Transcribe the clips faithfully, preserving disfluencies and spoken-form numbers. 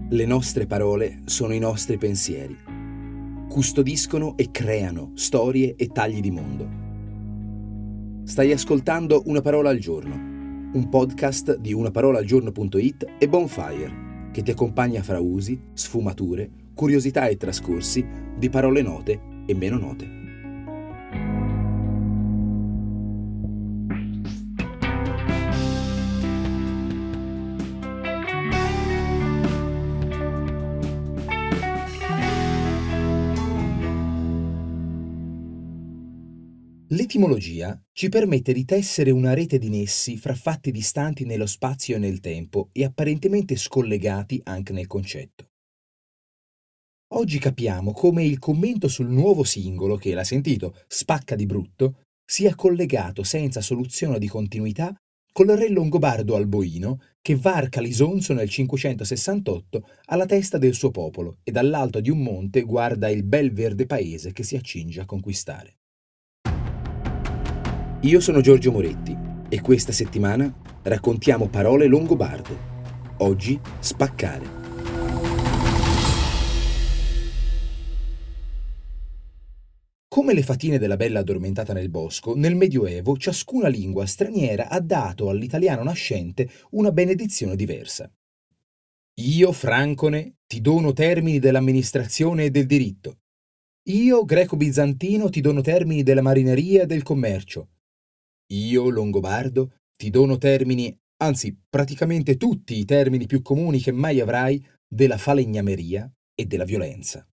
Le nostre parole sono i nostri pensieri. Custodiscono e creano storie e tagli di mondo. Stai ascoltando Una parola al giorno, un podcast di unaparolaalgiorno punto it e Bonfire, che ti accompagna fra usi, sfumature, curiosità e trascorsi di parole note e meno note. L'etimologia ci permette di tessere una rete di nessi fra fatti distanti nello spazio e nel tempo e apparentemente scollegati anche nel concetto. Oggi capiamo come il commento sul nuovo singolo, che l'ha sentito, spacca di brutto, sia collegato senza soluzione di continuità col re longobardo Alboino che varca l'Isonzo nel cinquecentosessantotto alla testa del suo popolo e dall'alto di un monte guarda il bel verde paese che si accinge a conquistare. Io sono Giorgio Moretti e questa settimana raccontiamo parole longobarde. Oggi spaccare. Come le fatine della bella addormentata nel bosco, nel Medioevo ciascuna lingua straniera ha dato all'italiano nascente una benedizione diversa. Io, Francone, ti dono termini dell'amministrazione e del diritto. Io, greco-bizantino, ti dono termini della marineria e del commercio. Io, longobardo, ti dono termini, anzi praticamente tutti i termini più comuni che mai avrai, della falegnameria e della violenza.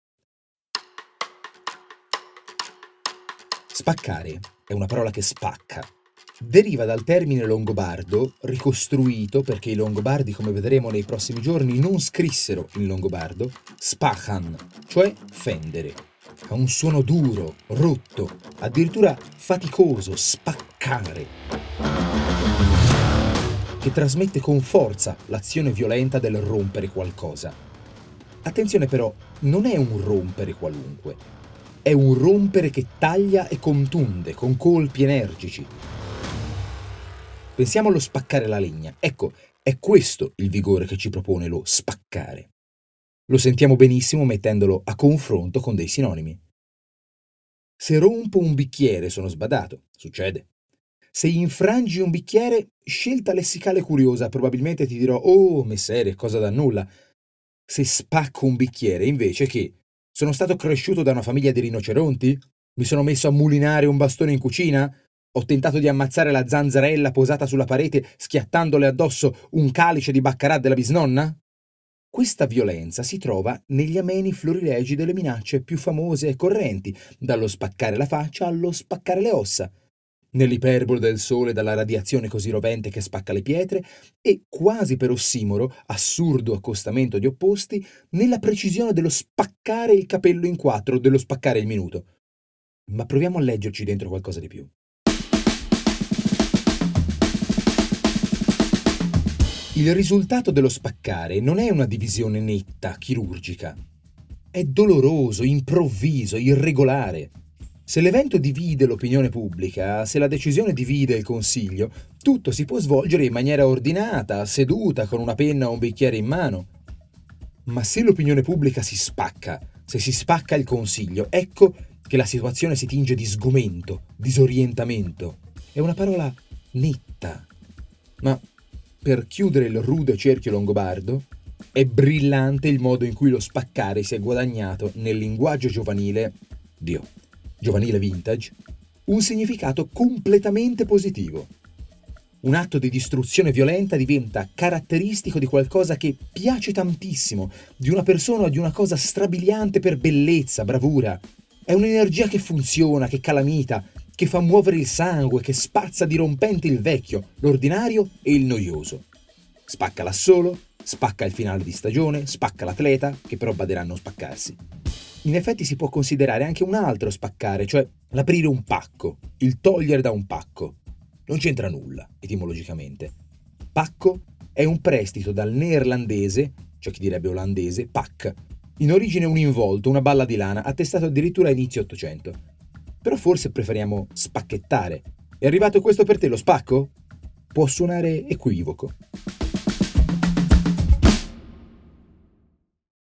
Spaccare è una parola che spacca. Deriva dal termine longobardo, ricostruito perché i longobardi, come vedremo nei prossimi giorni, non scrissero in longobardo, spachan, cioè fendere. Ha un suono duro, rotto, addirittura faticoso, spaccare, che trasmette con forza l'azione violenta del rompere qualcosa. Attenzione però, non è un rompere qualunque, è un rompere che taglia e contunde con colpi energici. Pensiamo allo spaccare la legna. Ecco, è questo il vigore che ci propone lo spaccare. Lo sentiamo benissimo mettendolo a confronto con dei sinonimi. Se rompo un bicchiere sono sbadato, succede. Se infrangi un bicchiere, scelta lessicale curiosa, probabilmente ti dirò «Oh, messere, cosa da nulla». Se spacco un bicchiere, invece, che? Sono stato cresciuto da una famiglia di rinoceronti? Mi sono messo a mulinare un bastone in cucina? Ho tentato di ammazzare la zanzarella posata sulla parete schiattandole addosso un calice di baccarà della bisnonna? Questa violenza si trova negli ameni florilegi delle minacce più famose e correnti, dallo spaccare la faccia allo spaccare le ossa, nell'iperbole del sole dalla radiazione così rovente che spacca le pietre e, quasi per ossimoro, assurdo accostamento di opposti, nella precisione dello spaccare il capello in quattro, dello spaccare il minuto. Ma proviamo a leggerci dentro qualcosa di più. Il risultato dello spaccare non è una divisione netta, chirurgica. È doloroso, improvviso, irregolare. Se l'evento divide l'opinione pubblica, se la decisione divide il consiglio, tutto si può svolgere in maniera ordinata, seduta, con una penna o un bicchiere in mano. Ma se l'opinione pubblica si spacca, se si spacca il consiglio, ecco che la situazione si tinge di sgomento, disorientamento. È una parola netta. Ma per chiudere il rude cerchio longobardo, è brillante il modo in cui lo spaccare si è guadagnato nel linguaggio giovanile, Dio, giovanile vintage, un significato completamente positivo. Un atto di distruzione violenta diventa caratteristico di qualcosa che piace tantissimo, di una persona o di una cosa strabiliante per bellezza, bravura. È un'energia che funziona, che calamita, che fa muovere il sangue, che spazza dirompente il vecchio, l'ordinario e il noioso. Spacca l'assolo, spacca il finale di stagione, spacca l'atleta, che però baderà a non spaccarsi. In effetti si può considerare anche un altro spaccare, cioè l'aprire un pacco, il togliere da un pacco. Non c'entra nulla, etimologicamente. Pacco è un prestito dal neerlandese, cioè chi direbbe olandese, pack, in origine un involto, una balla di lana, attestato addirittura a inizio Ottocento. Però forse preferiamo spacchettare. È arrivato questo per te, lo spacco? Può suonare equivoco.